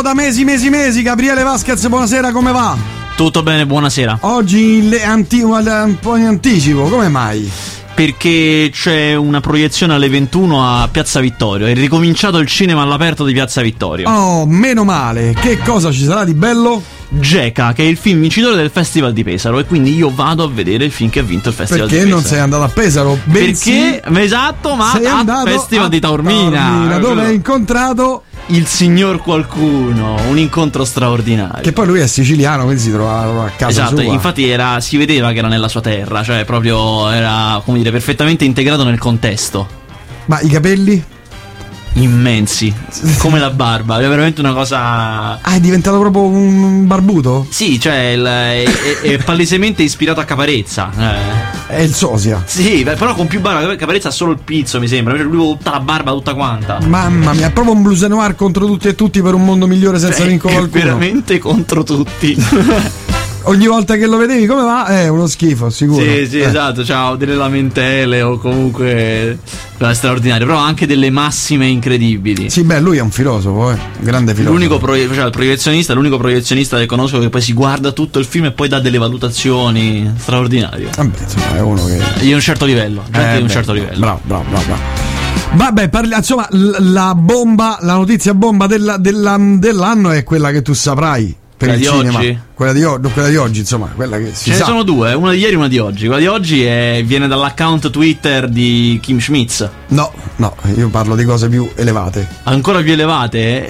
da mesi. Gabriele Vasquez, buonasera, come va? Tutto bene, buonasera. Oggi un po' in anticipo, come mai? Perché c'è una proiezione alle 21 a Piazza Vittorio. È ricominciato il cinema all'aperto di Piazza Vittorio. Oh, meno male. Che cosa ci sarà di bello? Geca, che è il film vincitore del Festival di Pesaro. E quindi io vado a vedere il film che ha vinto il Festival di Pesaro. Perché non sei andato a Pesaro? Perché, esatto, ma al Festival di Taormina, dove hai incontrato il signor qualcuno, un incontro straordinario. Che poi lui è siciliano, quindi si trovava a casa esatto, sua. Infatti si vedeva che era nella sua terra, cioè proprio era, come dire, perfettamente integrato nel contesto. Ma i capelli? Immensi, come la barba, è veramente una cosa. Ah, è diventato proprio un barbuto? Sì, cioè è palesemente ispirato a Caparezza. È il sosia. Sì, però con più barba. Caparezza ha solo il pizzo, mi sembra. Lui tutta la barba, tutta quanta. Mamma mia, è proprio un blues noir contro tutti e tutti per un mondo migliore senza vincolo qualcuno. Veramente contro tutti. Ogni volta che lo vedevi come va? È uno schifo, sicuro. Sì, esatto, c'ha delle lamentele o comunque straordinario, però anche delle massime incredibili. Sì, beh, lui è un filosofo, grande filosofo. Il proiezionista, l'unico proiezionista che conosco che poi si guarda tutto il film e poi dà delle valutazioni straordinarie. Vabbè, insomma, è uno che di un certo livello, di un certo livello. Bravo. Vabbè, insomma, la notizia bomba dell'anno è quella che tu saprai. Per quella il di cinema. oggi? Quella di oggi, insomma, quella che si Ce sa. ne sono due, una di ieri e una di oggi. Quella di oggi viene dall'account Twitter di Kim Schmitz. No, io parlo di cose più elevate. Ancora più elevate?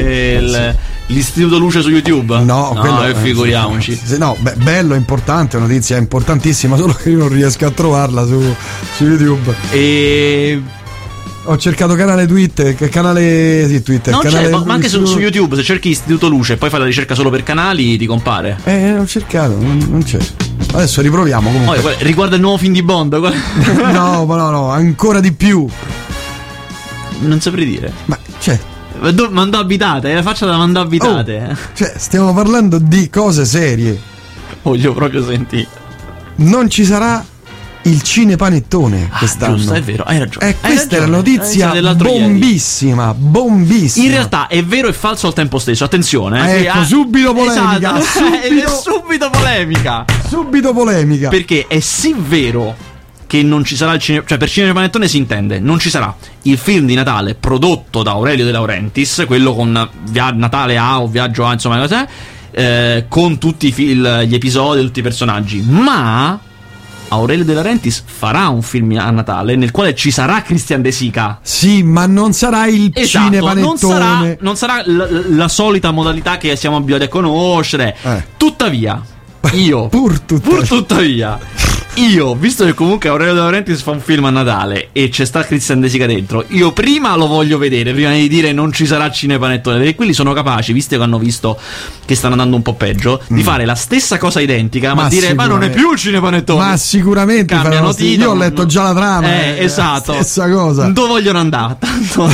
Sì. L'Istituto Luce su YouTube? No, quello figuriamoci. No, bello, importante, notizia importantissima, solo che io non riesco a trovarla su YouTube. Ho cercato canale Twitter. Non canale c'è, ma anche su YouTube, se cerchi Istituto Luce e poi fai la ricerca solo per canali, ti compare. Ho cercato, non c'è. Adesso riproviamo comunque. Riguarda il nuovo film di Bond. No, ancora di più. Non saprei dire. Ma c'è. Mandò abitate, la faccia da mandò abitate. Cioè, stiamo parlando di cose serie. Voglio proprio sentire. Non ci sarà il cinepanettone quest'anno. Giusto, è vero, hai ragione. Questa è la notizia bombissima. In realtà è vero e falso al tempo stesso. Attenzione. Subito polemica. Esatto. Subito polemica. Perché è sì vero che non ci sarà il cinema, cioè per cinepanettone si intende, non ci sarà il film di Natale prodotto da Aurelio De Laurentiis, quello con Natale A o Viaggio A, insomma, cos'è? Con tutti gli episodi, tutti i personaggi, ma Aurelio De Laurentiis farà un film a Natale nel quale ci sarà Christian De Sica. Sì, ma non sarà il cinepanettone. Non sarà la solita modalità che siamo abituati a conoscere. Tuttavia, io pur tuttavia io, visto che comunque Aurelio De Laurentiis fa un film a Natale e c'è sta Christian De Sica dentro, io prima lo voglio vedere, prima di dire non ci sarà cinepanettone, perché quelli sono capaci, visto che hanno visto che stanno andando un po' peggio, di fare la stessa cosa identica, ma dire ma non è più il cinepanettone. Ma sicuramente cambiano titolo. Io ho letto già la trama. Esatto. Stessa cosa. Dove vogliono andare? Tanto,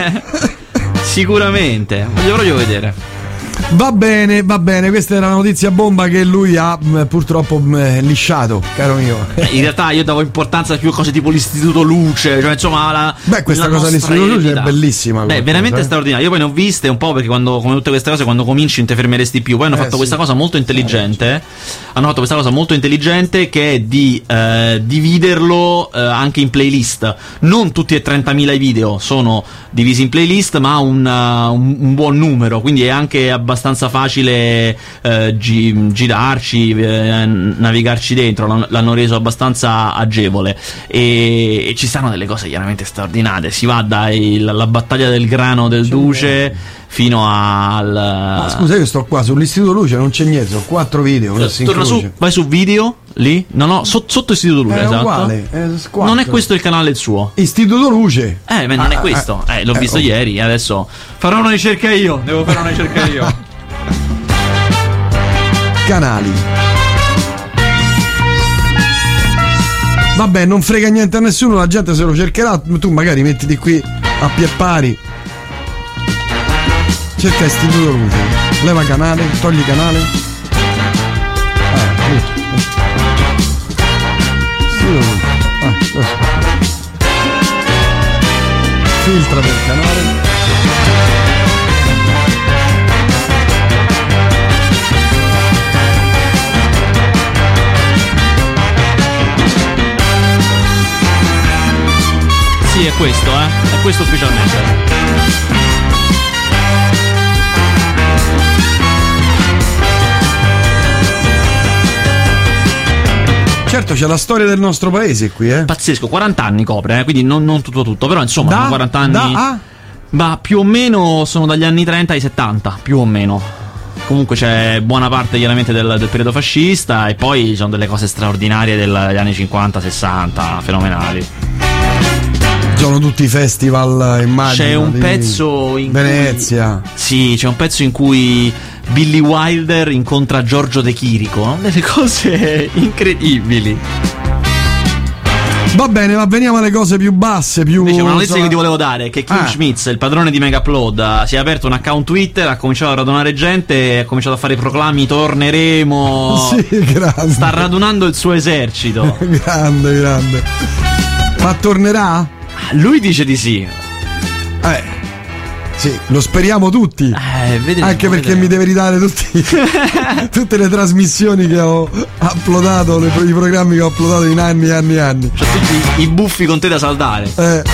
sicuramente. Voglio proprio vedere. Va bene, questa era la notizia bomba che lui ha purtroppo lisciato, caro mio. In realtà io davo importanza più a cose tipo l'Istituto Luce, cioè insomma questa cosa dell'Istituto Luce è bellissima. Veramente straordinaria. Io poi ne ho viste un po', perché quando, come tutte queste cose, quando cominci non ti fermeresti più. Poi hanno fatto questa cosa molto intelligente. Hanno fatto questa cosa molto intelligente che è di dividerlo anche in playlist. Non tutti e 30.000 i video sono divisi in playlist, ma un buon numero, quindi è anche abbastanza facile girarci, navigarci dentro. L'hanno reso abbastanza agevole e ci stanno delle cose chiaramente straordinarie. Si va dalla battaglia del grano del Duce fino al... Ma scusa, io sto qua sull'Istituto Luce, non c'è niente, ho 4 video. Torna su, vai su video, lì? No, sotto Istituto Luce, esatto. Uguale, non è questo il canale il suo? Istituto Luce. Ma non è questo. L'ho visto ieri, adesso farò una ricerca io. Devo fare una ricerca io. Canali. Vabbè, non frega niente a nessuno, la gente se lo cercherà. Tu magari mettiti qui a pie pari. Cerca Istituto Luce, leva canale, togli canale. Istituto Luce. Filtra del canale. è questo ufficialmente. Certo, c'è la storia del nostro paese qui, Pazzesco, 40 anni copre, quindi non tutto, però insomma 40 anni. Ma più o meno sono dagli anni 30 ai 70, più o meno. Comunque c'è buona parte chiaramente del periodo fascista, e poi ci sono delle cose straordinarie degli anni 50-60, fenomenali. Sono tutti i festival, immagino. C'è un pezzo in Venezia. Sì, c'è un pezzo in cui Billy Wilder incontra Giorgio De Chirico, delle cose incredibili. Va bene, ma veniamo alle cose più basse, più... Invece una notizia che ti volevo dare è che Kim Schmitz, il padrone di Mega Upload, si è aperto un account Twitter, ha cominciato a radunare gente, ha cominciato a fare i proclami torneremo. Sì, grande. Sta radunando il suo esercito. Grande. Ma tornerà? Lui dice di sì. Sì, lo speriamo tutti. Vedremo, anche perché mi deve ridare tutte le trasmissioni che ho uploadato, i programmi che ho uploadato in anni. Cioè tutti i buffi con te da saldare.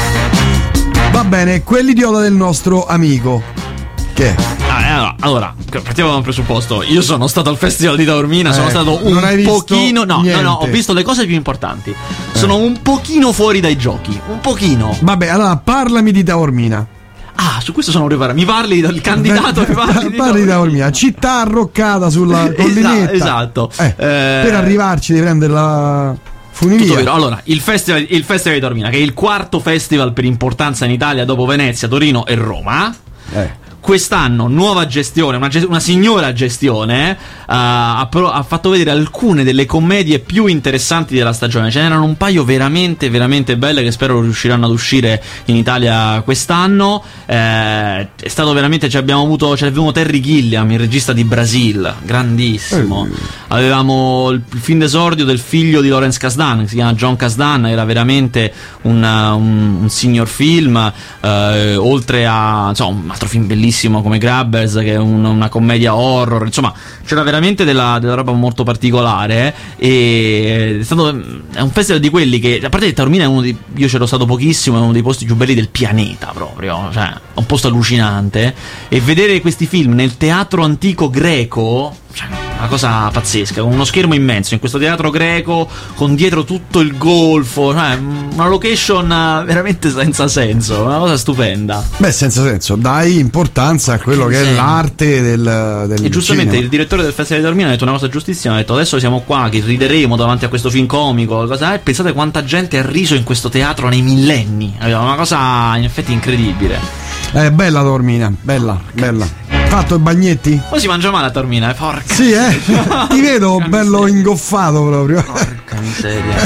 Va bene, quell'idiota del nostro amico. Che? Allora, partiamo da un presupposto. Io sono stato al Festival di Taormina, sono stato un pochino. No, ho visto le cose più importanti. Sono un pochino fuori dai giochi. Un pochino. Vabbè, allora parlami di Taormina. Su questo sono preparato. Mi parli del candidato? Parli di Taormina, città arroccata sulla collinetta. Esatto. Per arrivarci devi prendere la funivia. Tutto vero. Allora, il festival di Taormina, che è il quarto festival per importanza in Italia dopo Venezia, Torino e Roma. Quest'anno nuova gestione, una signora gestione, ha fatto vedere alcune delle commedie più interessanti della stagione. Ce n'erano un paio veramente belle che spero riusciranno ad uscire in Italia quest'anno. È stato veramente, c'abbiamo avuto Terry Gilliam, il regista di Brasil, grandissimo. Avevamo il film d'esordio del figlio di Lawrence Kasdan, che si chiama John Kasdan, era veramente un senior film, oltre a un altro film bellissimo come Grabbers, che è una commedia horror. Insomma, c'era veramente della roba molto particolare, e è un festival di quelli che, a parte che Taormina è io c'ero stato pochissimo, è uno dei posti più belli del pianeta proprio, cioè è un posto allucinante, e vedere questi film nel teatro antico greco, cioè una cosa pazzesca, con uno schermo immenso in questo teatro greco, con dietro tutto il golfo, cioè una location veramente senza senso, una cosa stupenda. Beh, senza senso, dai importanza a quello che è l'arte del e giustamente cinema. Il direttore del Festival di Taormina ha detto una cosa giustissima, ha detto: adesso siamo qua che rideremo davanti a questo film comico, e pensate quanta gente ha riso in questo teatro nei millenni, una cosa in effetti incredibile. Bella Taormina, bella. Fatto i bagnetti? Poi si mangia male a Taormina, porca. Sì, ti vedo bello ingoffato proprio. Porca miseria.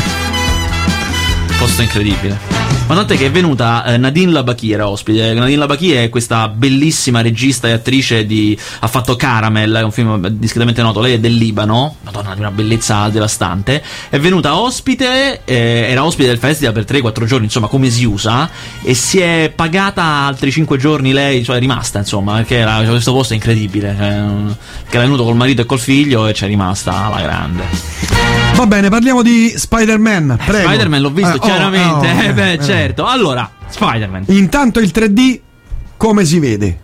Posto incredibile. Ma tant'è che è venuta Nadine Labaki, era ospite. Nadine Labaki è questa bellissima regista e attrice ha fatto Caramel, è un film discretamente noto. Lei è del Libano, madonna, di una bellezza devastante. È venuta ospite, era ospite del festival per 3-4 giorni, insomma, come si usa, e si è pagata altri 5 giorni lei, cioè è rimasta, insomma, perché questo posto è incredibile, che era venuto col marito e col figlio e c'è rimasta alla grande. Va bene, parliamo di Spider-Man, prego. Spider-Man l'ho visto chiaramente, certo. Allora, Spider-Man. Intanto il 3D come si vede?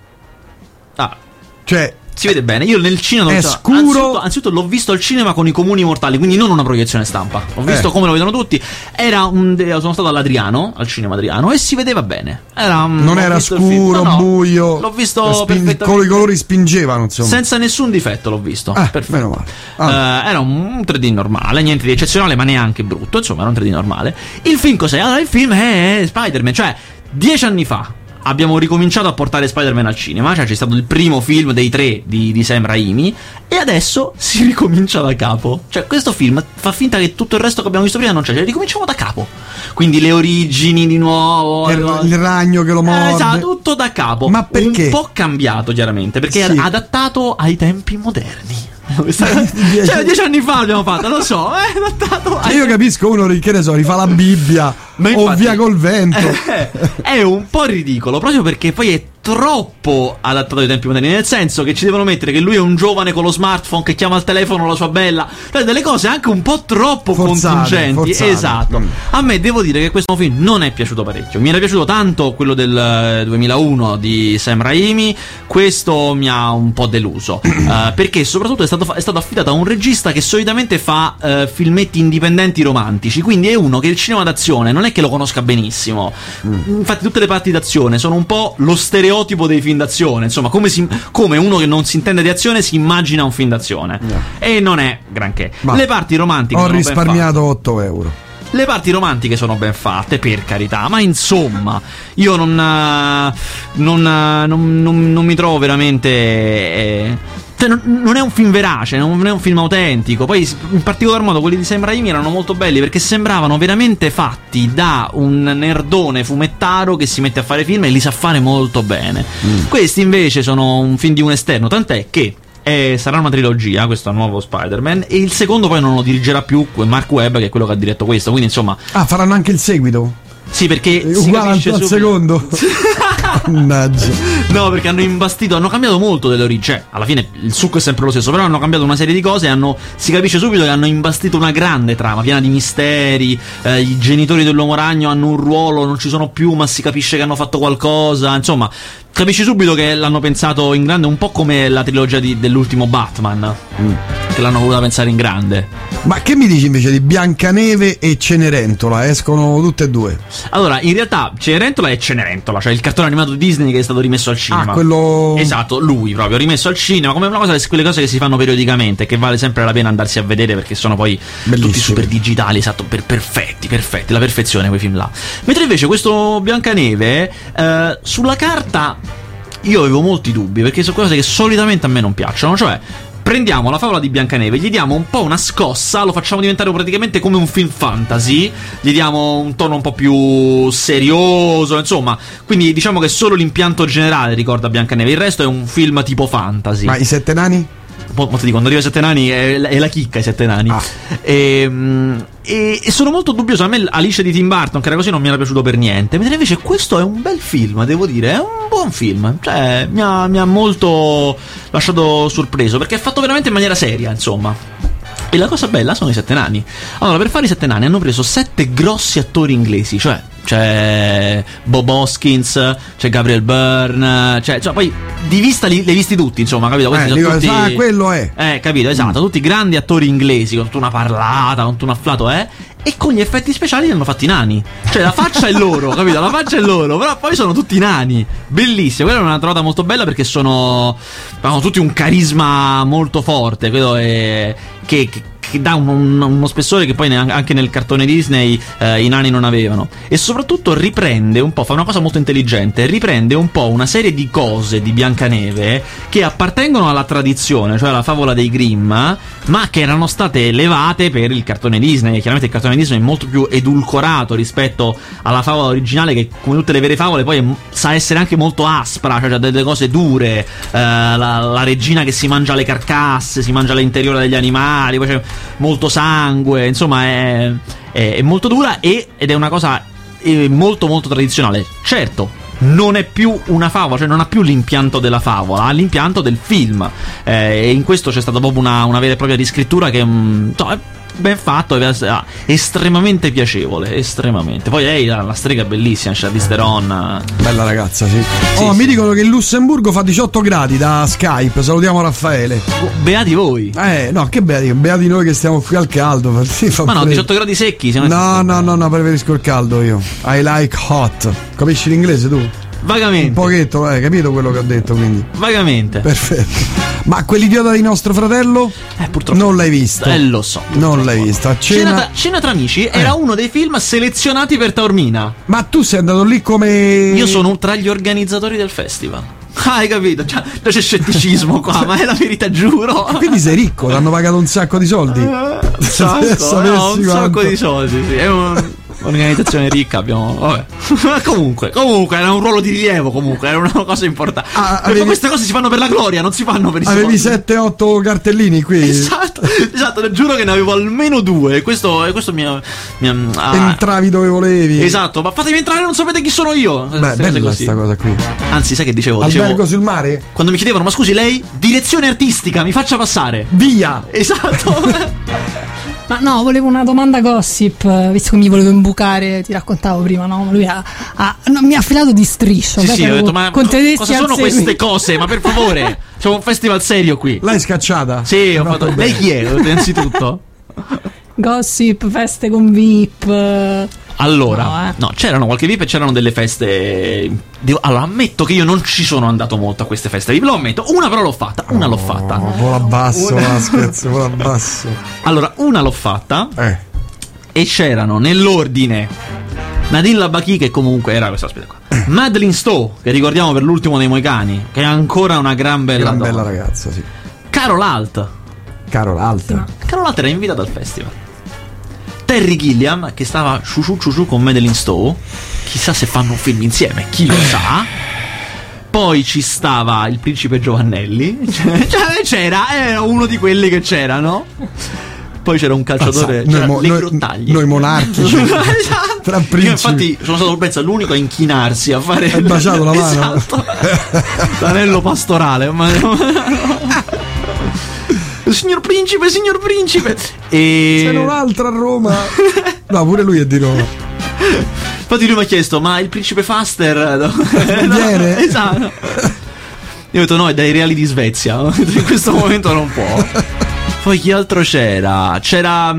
Cioè, si vede bene. Io nel cinema è scuro. Anzitutto l'ho visto al cinema con i comuni mortali, quindi non una proiezione stampa. L'ho visto come lo vedono tutti. Sono stato all'Adriano, al cinema Adriano, e si vedeva bene. Non era scuro, buio. L'ho visto perfettamente. Con i colori spingevano, insomma. Senza nessun difetto l'ho visto. Perfetto. Meno male. Era un 3D normale, niente di eccezionale, ma neanche brutto. Insomma, era un 3D normale. Il film cos'è? Allora, il film è Spider-Man, cioè 10 anni fa abbiamo ricominciato a portare Spider-Man al cinema, cioè c'è stato il primo film dei 3 di Sam Raimi, e adesso si ricomincia da capo. Cioè questo film fa finta che tutto il resto che abbiamo visto prima non c'è, cioè ricominciamo da capo. Quindi le origini di nuovo, il ragno che lo morde, esatto, tutto da capo. Ma perché? Un po' cambiato chiaramente, perché è adattato ai tempi moderni. Cioè 10 anni fa l'abbiamo fatto, lo so, è adattato. Io capisco uno che ne so, rifà la Bibbia o Via col vento. È un po' ridicolo, proprio perché poi è troppo adattato ai tempi moderni, nel senso che ci devono mettere che lui è un giovane con lo smartphone che chiama al telefono la sua bella, cioè delle cose anche un po' troppo contingenti. Esatto. A me devo dire che questo film non è piaciuto parecchio. Mi era piaciuto tanto quello del 2001 di Sam Raimi, questo mi ha un po' deluso, perché soprattutto è stato affidato a un regista che solitamente fa filmetti indipendenti romantici, quindi è uno che il cinema d'azione non è che lo conosca benissimo. Infatti tutte le parti d'azione sono un po' lo stereotipo dei film d'azione, insomma, come uno che non si intende di azione si immagina un film d'azione, e non è granché. Le parti romantiche ho risparmiato 8 euro. Le parti romantiche sono ben fatte, per carità, ma insomma, io non mi trovo veramente. Non è un film verace, non è un film autentico. Poi in particolar modo quelli di Sam Raimi erano molto belli perché sembravano veramente fatti da un nerdone fumettaro che si mette a fare film e li sa fare molto bene. Questi invece sono un film di un esterno, tant'è che sarà una trilogia, questo nuovo Spider-Man, e il secondo poi non lo dirigerà più Mark Webb, che è quello che ha diretto questo, quindi insomma. Faranno anche il seguito? Sì, perché uguale al secondo. No, perché hanno cambiato molto delle origini. Cioè, alla fine il succo è sempre lo stesso, però hanno cambiato una serie di cose e si capisce subito che hanno imbastito una grande trama piena di misteri. I genitori dell'uomo ragno hanno un ruolo, non ci sono più, ma si capisce che hanno fatto qualcosa. Insomma, capisci subito che l'hanno pensato in grande, un po' come la trilogia dell'ultimo Batman, che l'hanno voluta pensare in grande. Ma che mi dici invece di Biancaneve e Cenerentola? Escono tutte e due? Allora, in realtà Cenerentola è Cenerentola, cioè il cartone animato Disney che è stato rimesso al cinema. Quello. Esatto, lui proprio rimesso al cinema, come una cosa, quelle cose che si fanno periodicamente, che vale sempre la pena andarsi a vedere perché sono poi tutti super digitali, esatto, perfetti, la perfezione quei film là. Mentre invece questo Biancaneve, sulla carta io avevo molti dubbi, perché sono cose che solitamente a me non piacciono, cioè prendiamo la favola di Biancaneve, gli diamo un po' una scossa, lo facciamo diventare praticamente come un film fantasy, gli diamo un tono un po' più serioso, insomma, quindi diciamo che solo l'impianto generale ricorda Biancaneve, il resto è un film tipo fantasy. Ma i Sette Nani? Quando arriva ai Sette Nani è la chicca, i Sette Nani. E sono molto dubbioso. A me Alice di Tim Burton, che era così, non mi era piaciuto per niente. Mentre invece questo è un bel film, devo dire, è un buon film. Cioè, mi ha molto lasciato sorpreso, perché è fatto veramente in maniera seria, insomma. E la cosa bella sono i Sette Nani. Allora, per fare i Sette Nani hanno preso 7 grossi attori inglesi, cioè c'è Bob Hoskins, c'è Gabriel Byrne, cioè poi di vista li visti tutti, insomma, capito? Questi sono tutti, quello è. Capito, esatto, tutti grandi attori inglesi, con tutta una parlata, con tutto un afflato, e con gli effetti speciali li hanno fatti nani. Cioè la faccia è loro, capito? La faccia è loro, però poi sono tutti nani. Bellissimo, quella è una trovata molto bella perché hanno tutti un carisma molto forte, credo, che dà uno spessore che poi anche nel cartone Disney i nani non avevano. E soprattutto riprende un po', fa una cosa molto intelligente, riprende un po' una serie di cose di Biancaneve che appartengono alla tradizione, cioè alla favola dei Grimm, ma che erano state elevate per il cartone Disney. Chiaramente il cartone Disney è molto più edulcorato rispetto alla favola originale, che come tutte le vere favole poi sa essere anche molto aspra, cioè ha delle cose dure, la regina che si mangia le carcasse, si mangia l'interiore degli animali, poi c'è molto sangue, insomma è molto dura ed è una cosa molto molto tradizionale. Certo, non è più una favola, cioè non ha più l'impianto della favola, ha l'impianto del film, e in questo c'è stata proprio una vera e propria riscrittura che è ben fatto, estremamente piacevole, estremamente. Poi la strega è bellissima, c'è Charlize Theron, bella ragazza, sì. Mi dicono che il Lussemburgo fa 18 gradi da Skype, salutiamo Raffaele. Beati voi. No, che beati noi che stiamo qui al caldo. Ma no, 18 gradi secchi. No, preferisco il caldo io. I like hot. Capisci l'inglese tu? Vagamente. Un pochetto, capito quello che ho detto, quindi. Vagamente. Perfetto. Ma quell'idiota di nostro fratello? Purtroppo non l'hai visto. Lo so. Non l'hai visto. Cena tra amici era uno dei film selezionati per Taormina. Ma tu sei andato lì come... Io sono tra gli organizzatori del festival. Hai capito? Già c'è scetticismo qua, ma è la verità, giuro. Quindi sei ricco, ti hanno pagato un sacco di soldi. Un sacco di soldi, sì. Organizzazione ricca, abbiamo. Vabbè. comunque, era un ruolo di rilievo. Comunque, era una cosa importante. Queste cose si fanno per la gloria, non si fanno per i soldi. Avevi 7-8 cartellini qui. Esatto, giuro che ne avevo almeno 2. Questo entravi dove volevi. Esatto, ma fatemi entrare, non sapete chi sono io. Beh, bella questa cosa qui. Anzi, sai che dicevo? Albergo sul mare? Quando mi chiedevano, ma scusi, lei? Direzione artistica, mi faccia passare. Via. Esatto. Ma no, volevo una domanda gossip, visto che mi volevo imbucare, ti raccontavo prima, no? Lui mi ha affilato di striscio. Sì, ho detto, ma cosa sono queste cose? Ma per favore, c'è un festival serio qui. L'hai scacciata? Sì, ho fatto. Lei chi è, innanzitutto? Gossip, feste con VIP. Allora, no, c'erano qualche VIP e c'erano delle feste. Allora, ammetto che io non ci sono andato molto a queste feste VIP, lo ammetto. Una però l'ho fatta, Vola basso, scherzo, vola basso. Allora, una l'ho fatta e c'erano nell'ordine Nadine Labaki, che comunque era questa, aspetta qua, Madeleine Stowe, che ricordiamo per l'ultimo dei Moicani, che è ancora una gran bella ragazza, sì. Carol Alt era invitata al festival. Terry Gilliam, che stava ciuciù con Madeleine Stowe, chissà se fanno un film insieme, chi lo sa. Poi ci stava il principe Giovannelli, era uno di quelli che c'erano. Poi c'era un calciatore, le grottaglie. Noi monarchici. Tra principi. Io infatti sono stato, penso, l'unico a inchinarsi, a fare. Hai baciato la mano. Esatto. L'anello pastorale. Signor principe. E c'era un'altra a Roma. No, pure lui è di Roma. Infatti lui mi ha chiesto, ma il principe Faster non viene? Esatto. Io ho detto no, è dai reali di Svezia. In questo momento non può. Poi chi altro c'era? C'era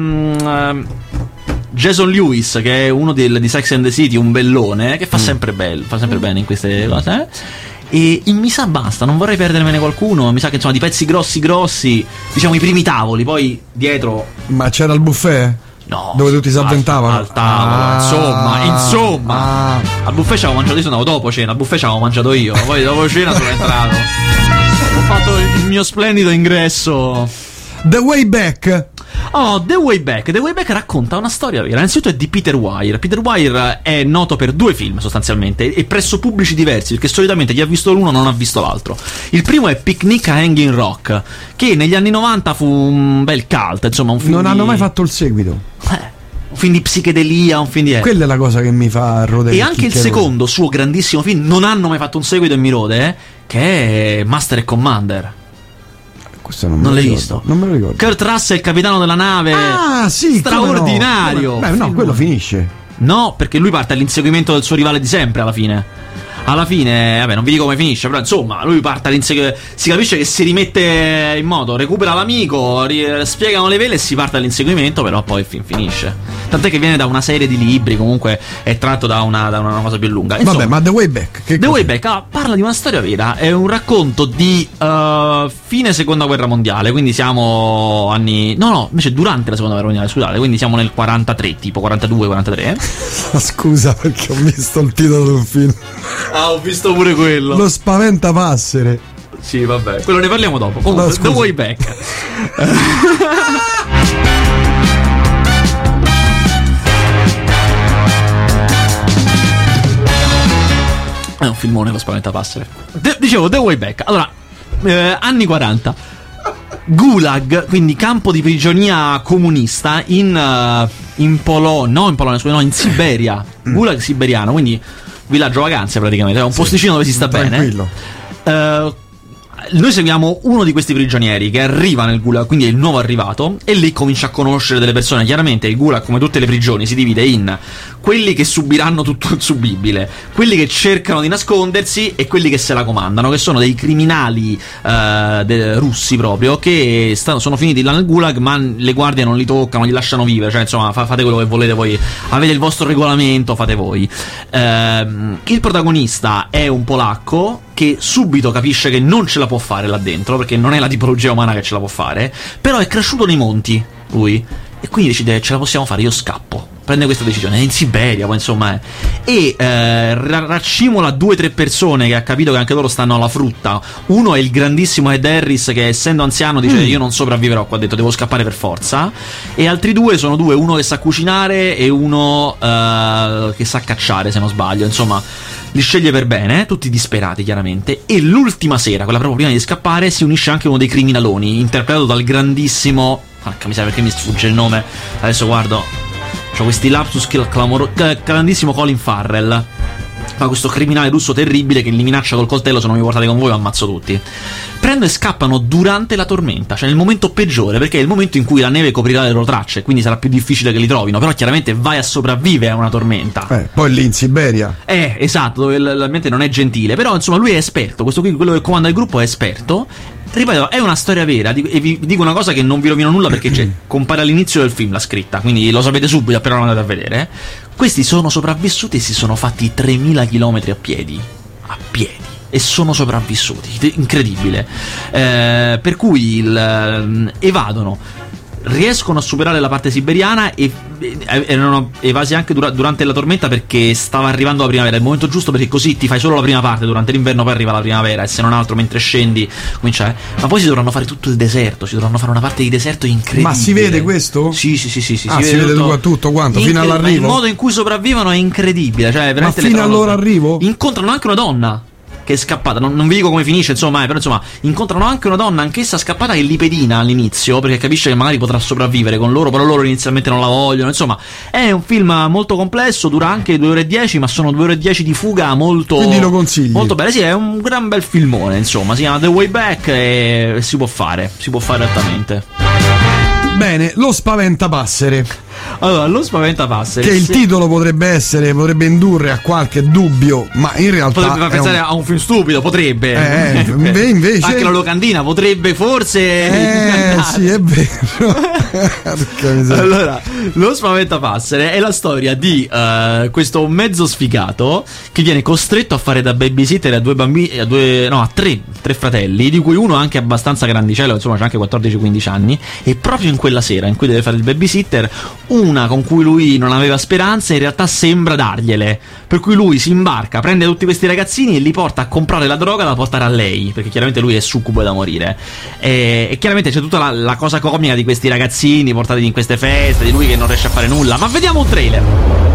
Jason Lewis, che è uno di Sex and the City, un bellone, che fa sempre bene in queste cose. E mi sa basta, non vorrei perdermene qualcuno. Mi sa che insomma di pezzi grossi, diciamo i primi tavoli, poi dietro. Ma c'era il buffet? No, dove tutti si avventavano? Al tavolo, insomma. Al buffet ci avevo mangiato, io sono andato dopo cena, al buffet ci avevo mangiato io. Poi dopo cena sono entrato. Ho fatto il mio splendido ingresso. The Way Back. The Way Back racconta una storia vera. Innanzitutto è di Peter Weir. Peter Weir è noto per 2 film sostanzialmente, e presso pubblici diversi, perché solitamente chi ha visto l'uno non ha visto l'altro. Il primo è Picnic a Hanging Rock, che negli anni 90 fu un bel cult, insomma un film. Non hanno mai fatto il seguito. Un film di psichedelia, un film di. Quella è la cosa che mi fa rodere. E anche il secondo suo grandissimo film, non hanno mai fatto un seguito e mi rode, che è Master e Commander. Questo non l'hai visto? Non me lo ricordo. Kurt Russell, capitano della nave. Sì, straordinario. Beh, no, quello finisce. No, perché lui parte all'inseguimento del suo rivale di sempre alla fine. Alla fine, vabbè, non vi dico come finisce, però insomma, lui parte all'inseguimento. Si capisce che si rimette in moto, recupera l'amico, spiegano le vele e si parte all'inseguimento, però poi il film finisce. Tant'è che viene da una serie di libri, comunque è tratto da una cosa più lunga. Insomma, vabbè, ma The Way Back, Way Back parla di una storia vera, è un racconto di fine seconda guerra mondiale, quindi siamo anni. No, invece durante la seconda guerra mondiale, scusate, quindi siamo nel 43, tipo 42-43. Scusa, perché ho visto il titolo di un film. Ho visto pure quello. Lo spaventapassere. Sì, vabbè, quello ne parliamo dopo. Comunque, The Way Back. È un filmone lo spaventapassere. Dicevo, The Way Back. Allora, anni 40. Gulag, quindi campo di prigionia comunista in Siberia. Gulag siberiano, quindi villaggio vacanze praticamente, è un posticino dove si sta tranquillo. Bene. Noi seguiamo uno di questi prigionieri che arriva nel Gulag, quindi è il nuovo arrivato, e lì comincia a conoscere delle persone. Chiaramente il Gulag, come tutte le prigioni, si divide in quelli che subiranno tutto il subibile, quelli che cercano di nascondersi e quelli che se la comandano, che sono dei criminali russi proprio, che sono finiti là nel Gulag, ma le guardie non li toccano, li lasciano vivere, cioè insomma fate quello che volete voi, avete il vostro regolamento, fate voi. Il protagonista è un polacco che subito capisce che non ce la può fare là dentro, perché non è la tipologia umana che ce la può fare, però è cresciuto nei monti lui, e quindi decide: ce la possiamo fare, io scappo. prende questa decisione, è in Siberia, poi insomma e raccimola 2-3 persone che ha capito che anche loro stanno alla frutta. Uno è il grandissimo Ed Harris, che essendo anziano dice io non sopravviverò qua dentro, devo scappare per forza, e altri due sono uno che sa cucinare e uno che sa cacciare, se non sbaglio, insomma li sceglie per bene, tutti disperati chiaramente, e l'ultima sera, quella proprio prima di scappare, si unisce anche uno dei criminaloni, interpretato dal grandissimo, porca miseria, perché mi sfugge il nome, adesso guardo, c'ho questi lapsus grandissimo Colin Farrell, fa questo criminale russo terribile che li minaccia col coltello: se non mi portate con voi vi ammazzo tutti. Prendono e scappano durante la tormenta, cioè nel momento peggiore, perché è il momento in cui la neve coprirà le loro tracce, quindi sarà più difficile che li trovino, però chiaramente vai a sopravvivere a una tormenta. Poi lì in Siberia. Esatto, dove la mente non è gentile, però insomma lui è esperto, questo qui, quello che comanda il gruppo, è esperto. Ripeto, è una storia vera, e vi dico una cosa che non vi rovino nulla perché compare all'inizio del film la scritta, quindi lo sapete subito appena lo andate a vedere. Questi sono sopravvissuti e si sono fatti 3.000 chilometri a piedi, e sono sopravvissuti, incredibile. Per cui evadono, riescono a superare la parte siberiana e erano evasi anche durante la tormenta, perché stava arrivando la primavera, è il momento giusto, perché così ti fai solo la prima parte durante l'inverno, poi arriva la primavera, e se non altro mentre scendi comincia, ma poi si dovranno fare tutto il deserto, si dovranno fare una parte di deserto incredibile. Ma si vede questo? Sì, si vede tutto quanto fino all'arrivo. Il modo in cui sopravvivono è incredibile, cioè veramente. Ma fino al loro arrivo? Incontrano anche una donna che è scappata, non vi dico come finisce, insomma, però insomma incontrano anche una donna, anch'essa scappata, che li pedina all'inizio perché capisce che magari potrà sopravvivere con loro, però loro inizialmente non la vogliono. Insomma, è un film molto complesso, dura anche 2 ore e 10, ma sono 2 ore e 10 di fuga molto, quindi lo consigli? Molto bene, sì, è un gran bel filmone, insomma, si chiama The Way Back e si può fare altamente. Bene, Lo Spaventapassere. Allora, Lo Spaventapassere, che il titolo potrebbe indurre a qualche dubbio, ma in realtà potrebbe far pensare a un film stupido, potrebbe. Invece anche la locandina potrebbe, forse. Sì, è vero. Allora, Lo Spaventapassere è la storia di questo mezzo sfigato che viene costretto a fare da babysitter a 2 bambini, a tre fratelli, di cui uno anche abbastanza grandicello, insomma c'ha anche 14-15 anni, e proprio in quella sera in cui deve fare il babysitter, una con cui lui non aveva speranze in realtà sembra dargliele, per cui lui si imbarca, prende tutti questi ragazzini e li porta a comprare la droga da portare a lei, perché chiaramente lui è succubo da morire, e chiaramente c'è tutta la cosa comica di questi ragazzini portati in queste feste, di lui che non riesce a fare nulla. Ma vediamo un trailer.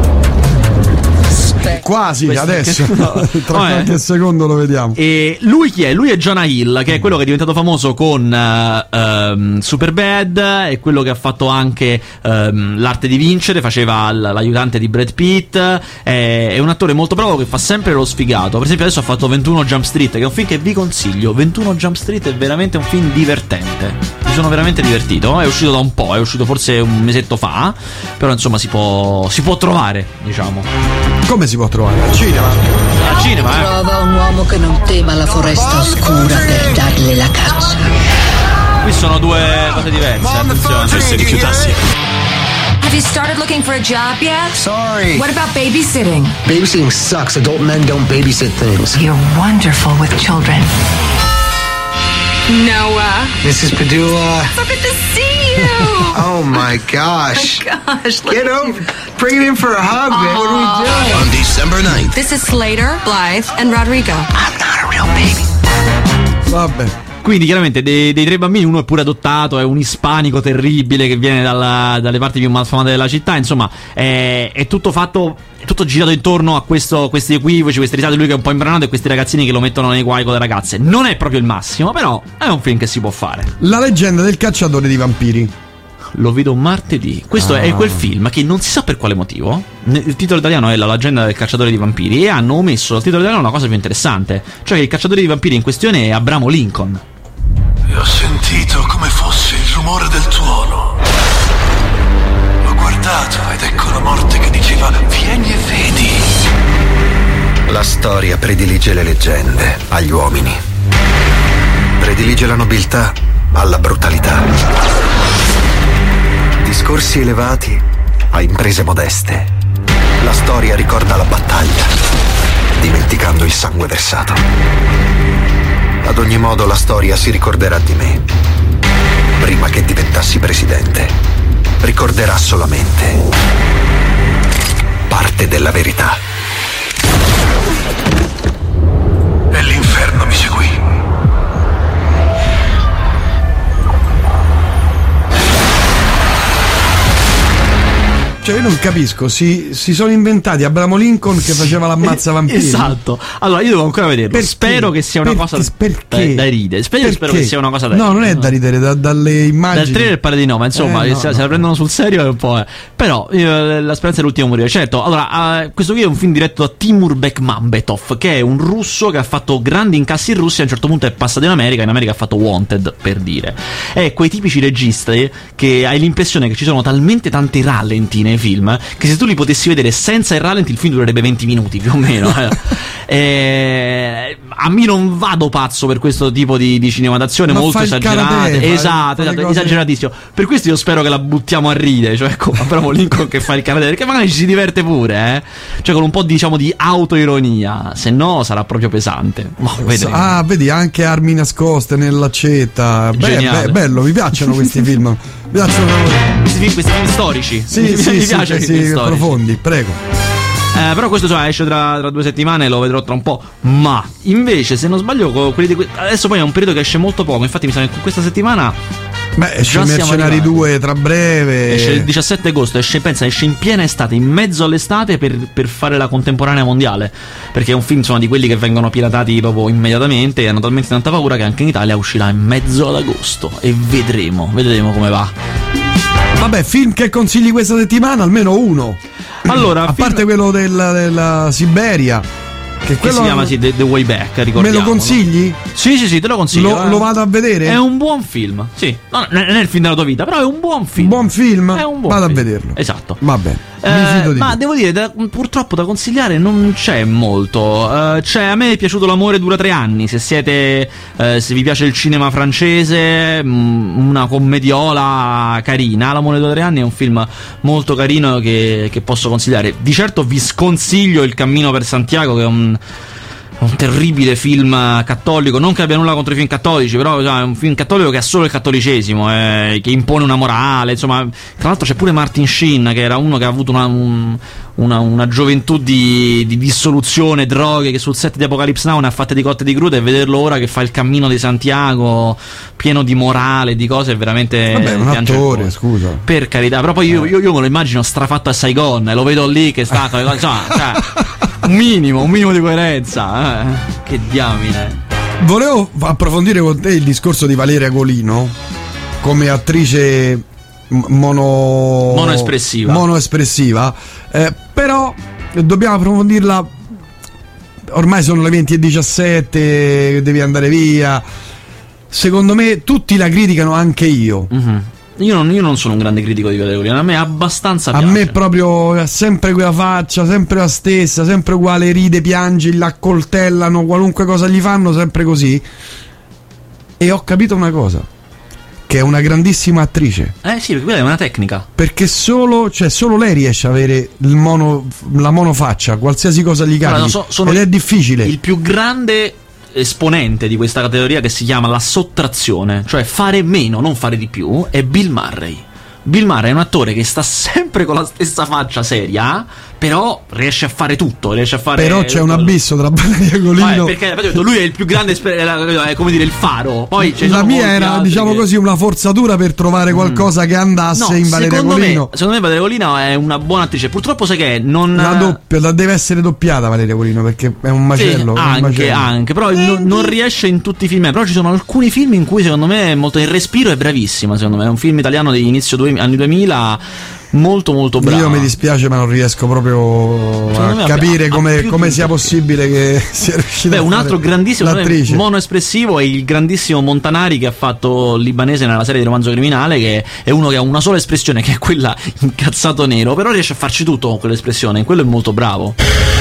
Quasi, adesso tra qualche secondo lo vediamo. E lui chi è? Lui è Jonah Hill, che è quello che è diventato famoso con Superbad, è quello che ha fatto anche L'arte di vincere, faceva l'aiutante di Brad Pitt, è un attore molto bravo che fa sempre lo sfigato. Per esempio adesso ha fatto 21 Jump Street, che è un film che vi consiglio. 21 Jump Street è veramente un film divertente, mi sono veramente divertito. È uscito da un po', è uscito forse un mesetto fa, però insomma si può trovare, diciamo. Come si può trovare? Al cinema? Al cinema, Trova un uomo che non tema la foresta oscura per darle la caccia. Qui sono 2 cose diverse, attenzione. Se rifiutassi. Have you started looking for a job yet? Sorry. What about babysitting? Babysitting sucks. Adult men don't babysit things. You're wonderful with children. Noah. Mrs. Padula. So good to see you. Oh my gosh. Oh my gosh. Get over. Bring it in for a hug, man. What are we doing? On December 9th. This is Slater, Blythe, and Rodrigo. I'm not a real baby. Vabbè. Quindi chiaramente dei 3 bambini uno è pure adottato, è un ispanico terribile che viene dalle parti più malfamate della città, insomma è tutto fatto, è tutto girato intorno a questi equivoci, questi risate, lui che è un po' imbranato e questi ragazzini che lo mettono nei guai con le ragazze. Non è proprio il massimo, però è un film che si può fare. La leggenda del cacciatore di vampiri. Lo vedo martedì. Questo è quel film che non si sa per quale motivo. Il titolo italiano è La leggenda del cacciatore di vampiri e hanno omesso dal titolo italiano una cosa più interessante, cioè che il cacciatore di vampiri in questione è Abramo Lincoln. E ho sentito come fosse il rumore del tuono. L'ho guardato ed ecco la morte che diceva: vieni e vedi. La storia predilige le leggende agli uomini. Predilige la nobiltà alla brutalità. Discorsi elevati a imprese modeste. La storia ricorda la battaglia, dimenticando il sangue versato. Ad ogni modo la storia si ricorderà di me. Prima che diventassi presidente, ricorderà solamente parte della verità. E l'inferno mi seguì. Cioè io non capisco, si sono inventati Abramo Lincoln che faceva l'ammazza vampiri. Esatto. Allora io devo ancora vederlo. Perché? Spero che sia una cosa da ridere. Spero che sia una cosa da ridere. No, non è da ridere, dalle immagini. Dal trailer pare di no, ma insomma, se la prendono sul serio è un po'. Però la speranza è l'ultimo a morire. Certo, allora, questo qui è un film diretto da Timur Bekmambetov, che è un russo che ha fatto grandi incassi in Russia e a un certo punto è passato in America ha fatto Wanted, per dire. È quei tipici registi che hai l'impressione che ci sono talmente tanti rallenti nei film che se tu li potessi vedere senza il rallenti il film durerebbe 20 minuti più o meno. A me non vado pazzo per questo tipo di cinema d'azione, ma molto esagerato, esatto, esageratissimo. Per questo io spero che la buttiamo a ridere, cioè Abramo Lincoln che fa il karate, perché magari ci si diverte pure, cioè con un po' diciamo di autoironia, se no sarà proprio pesante. Vedi, anche armi nascoste nell'accetta. Bello, mi piacciono questi film. Mi piacciono questi film storici. Sì, profondi, prego. Però questo esce tra 2 settimane, lo vedrò tra un po'. Ma invece, se non sbaglio, adesso poi è un periodo che esce molto poco. Infatti mi sa che questa settimana esce Mercenari 2 tra breve. Esce il 17 agosto, esce in piena estate, in mezzo all'estate per fare la contemporanea mondiale. Perché è un film insomma di quelli che vengono piratati proprio immediatamente e hanno talmente tanta paura che anche in Italia uscirà in mezzo ad agosto. E vedremo come va. Vabbè, film che consigli questa settimana? Almeno uno. Allora, a parte quello della Siberia, che si chiama The Way Back, ricordiamo. Me lo consigli? Sì, te lo consiglio. Lo vado a vedere? È un buon film. Sì, non è il film della tua vita, però è un buon film. Buon film? È un buon vado film. a vederlo. Esatto. Va bene. Ma devo dire, purtroppo da consigliare non c'è molto. A me è piaciuto L'amore dura 3 anni. Se vi piace il cinema francese, una commediola carina. L'amore dura 3 anni è un film molto carino che posso consigliare. Di certo vi sconsiglio Il cammino per Santiago, che è un terribile film cattolico. Non che abbia nulla contro i film cattolici, però è un film cattolico che ha solo il cattolicesimo, che impone una morale. Insomma, tra l'altro c'è pure Martin Sheen, che era uno che ha avuto una gioventù di dissoluzione, droghe, che sul set di Apocalypse Now ne ha fatte di cotte e di crude, e vederlo ora che fa il cammino di Santiago pieno di morale, di cose, è veramente un attore, scusa, per carità. Però poi io me lo immagino strafatto a Saigon e lo vedo lì che sta un minimo di coerenza, che diamine. Volevo approfondire con te il discorso di Valeria Golino come attrice monoespressiva, però dobbiamo approfondirla. Ormai sono le 20:17, devi andare via. Secondo me tutti la criticano, anche io. Io non sono un grande critico di Valeria Golino, a me abbastanza piace. A me proprio sempre quella faccia, sempre la stessa, sempre uguale, ride, piange, l'accoltellano, qualunque cosa gli fanno, sempre così. E ho capito una cosa, che è una grandissima attrice. Sì, perché quella è una tecnica. Perché solo lei riesce a avere la monofaccia, qualsiasi cosa gli capiti, ed è difficile. Il più grande esponente di questa categoria, che si chiama la sottrazione, cioè fare meno, non fare di più, è Bill Murray. Bill Murray è un attore che sta sempre con la stessa faccia seria, però riesce a fare tutto, però c'è un abisso tra Valeria Golino, perché lui è il più grande è come dire il faro. Poi la mia era, diciamo così, una forzatura per trovare qualcosa che andasse in Valeria Golino. Secondo me Valeria Golino è una buona attrice. Purtroppo sai che deve essere doppiata Valeria Golino, perché è un macello. Anche però non riesce in tutti i film. Però ci sono alcuni film in cui secondo me è molto, il respiro è bravissima. Secondo me è un film italiano di inizio anni 2000, molto molto bravo. Io mi dispiace, ma non riesco proprio a capire come sia possibile che sia riuscita. Un altro grandissimo monoespressivo è il grandissimo Montanari, che ha fatto il libanese nella serie di Romanzo Criminale, che è uno che ha una sola espressione, che è quella incazzato nero, però riesce a farci tutto con quell'espressione, in quello è molto bravo.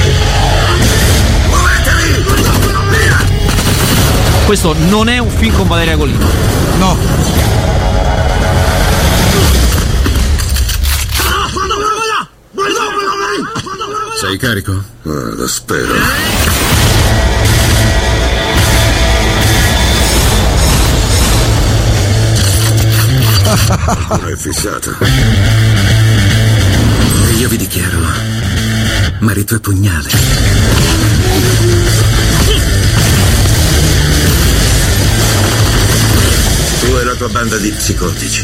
Questo non è un film con Valeria Golino. No. Sei carico? Lo spero. Qualcuno è fissato. E io vi dichiaro Marito e pugnale. Tu e la tua banda di psicotici.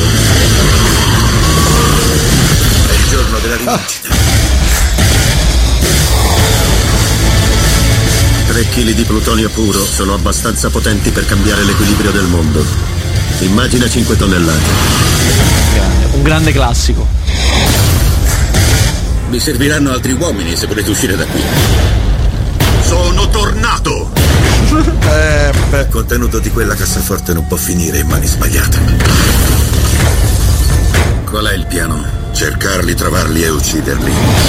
È il giorno della rivincita. 3 chili di plutonio puro sono abbastanza potenti per cambiare l'equilibrio del mondo. Immagina 5 tonnellate. Un grande classico. Vi serviranno altri uomini se volete uscire da qui. Sono tornato! Il contenuto di quella cassaforte non può finire in mani sbagliate. Qual è il piano? Cercarli, trovarli e ucciderli.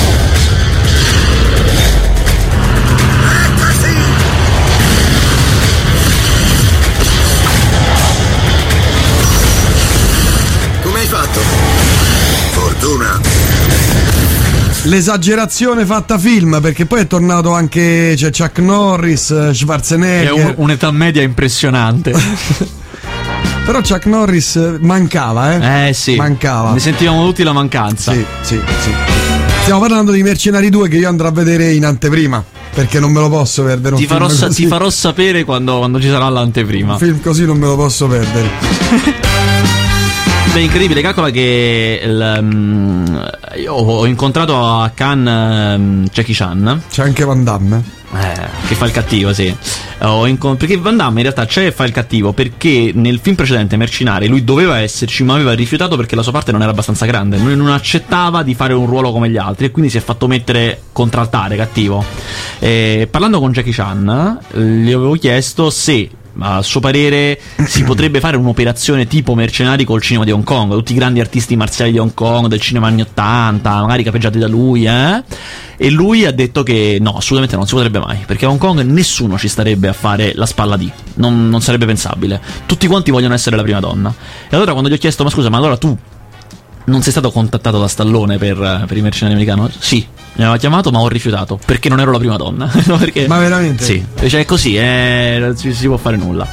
Come hai fatto? Fortuna. L'esagerazione fatta film, perché poi è tornato anche, c'è Chuck Norris, Schwarzenegger. È un'età media impressionante. Però Chuck Norris mancava, sì. Mancava. Ne sentivamo tutti la mancanza. Sì. Stiamo parlando di Mercenari 2 che io andrò a vedere in anteprima, perché non me lo posso perdere. Ti farò sapere quando ci sarà l'anteprima. Un film così non me lo posso perdere. Beh, incredibile, calcola che io ho incontrato a Cannes Jackie Chan. C'è anche Van Damme. Che fa il cattivo, sì. Perché Van Damme in realtà c'è e fa il cattivo, perché nel film precedente, Mercenari, lui doveva esserci ma aveva rifiutato perché la sua parte non era abbastanza grande. Lui non accettava di fare un ruolo come gli altri e quindi si è fatto mettere contraltare, cattivo. Parlando con Jackie Chan, gli avevo chiesto se a suo parere si potrebbe fare un'operazione tipo Mercenari col cinema di Hong Kong, tutti i grandi artisti marziali di Hong Kong, del cinema anni 80, magari capeggiati da lui, e lui ha detto che no, assolutamente non si potrebbe mai, perché a Hong Kong nessuno ci starebbe a fare la spalla di, non sarebbe pensabile, tutti quanti vogliono essere la prima donna. E allora quando gli ho chiesto ma scusa, ma allora tu non sei stato contattato da Stallone per i Mercenari americano? Sì, mi aveva chiamato ma ho rifiutato perché non ero la prima donna. No, perché... Ma veramente? Sì, cioè è così, non si può fare nulla.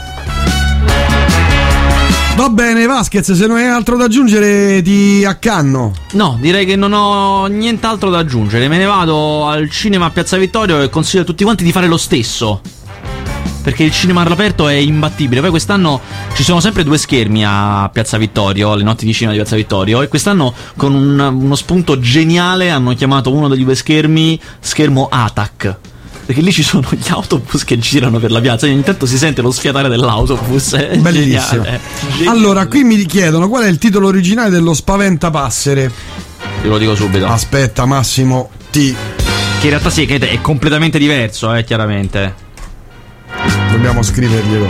Va bene, Vasquez, se non hai altro da aggiungere ti accanno. No, direi che non ho nient'altro da aggiungere. Me ne vado al cinema a Piazza Vittorio e consiglio a tutti quanti di fare lo stesso, perché il cinema all'aperto è imbattibile. Poi quest'anno ci sono sempre 2 schermi a Piazza Vittorio, le notti di cinema di Piazza Vittorio, e quest'anno con uno spunto geniale hanno chiamato uno degli 2 schermi schermo ATAC, perché lì ci sono gli autobus che girano per la piazza e ogni tanto si sente lo sfiatare dell'autobus. È bellissimo. Geniale. Allora, qui mi chiedono qual è il titolo originale dello Spaventapassere. Io lo dico subito. Aspetta, Massimo, che in realtà sì, che è completamente diverso, chiaramente. Dobbiamo scriverglielo.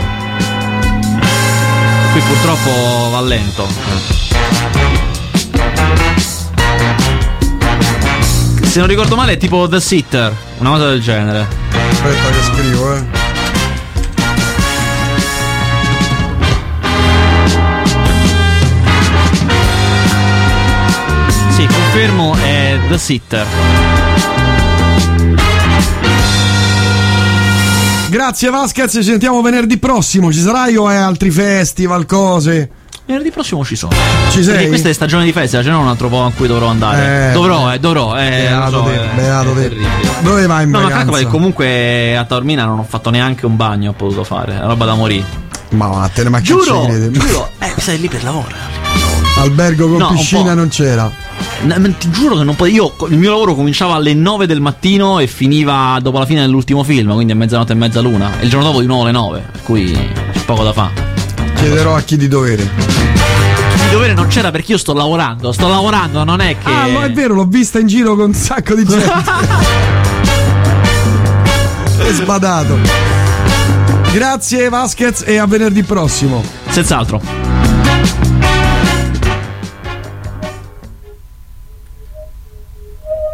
Qui purtroppo va lento. Se non ricordo male è tipo The Sitter, una cosa del genere. Aspetta che scrivo, Sì, confermo, è The Sitter. Grazie Vasquez, ci sentiamo venerdì prossimo. Ci sarai o hai altri festival, cose? Venerdì prossimo ci sono. Ci sei? Perché questa è stagione di festival, c'è un altro po' a cui dovrò andare. Dovrò. Beato te. Dove vai in vacanza? Ma calcola che comunque a Taormina non ho fatto neanche un bagno, ho potuto fare. È roba da morire. Ma vattene, ma giuro, che ci giuro. Sei lì per lavoro. Albergo con piscina non c'era. Ti giuro che non potevo. Il mio lavoro cominciava alle 9 del mattino e finiva dopo la fine dell'ultimo film, quindi a mezzanotte e mezzaluna. E il giorno dopo di nuovo alle 9, per cui c'è poco da fare. Chiederò a chi di dovere. Chi di dovere non c'era perché io sto lavorando, non è che. Ah, no, è vero, l'ho vista in giro con un sacco di gente. È sbadato. Grazie Vasquez e a venerdì prossimo. Senz'altro.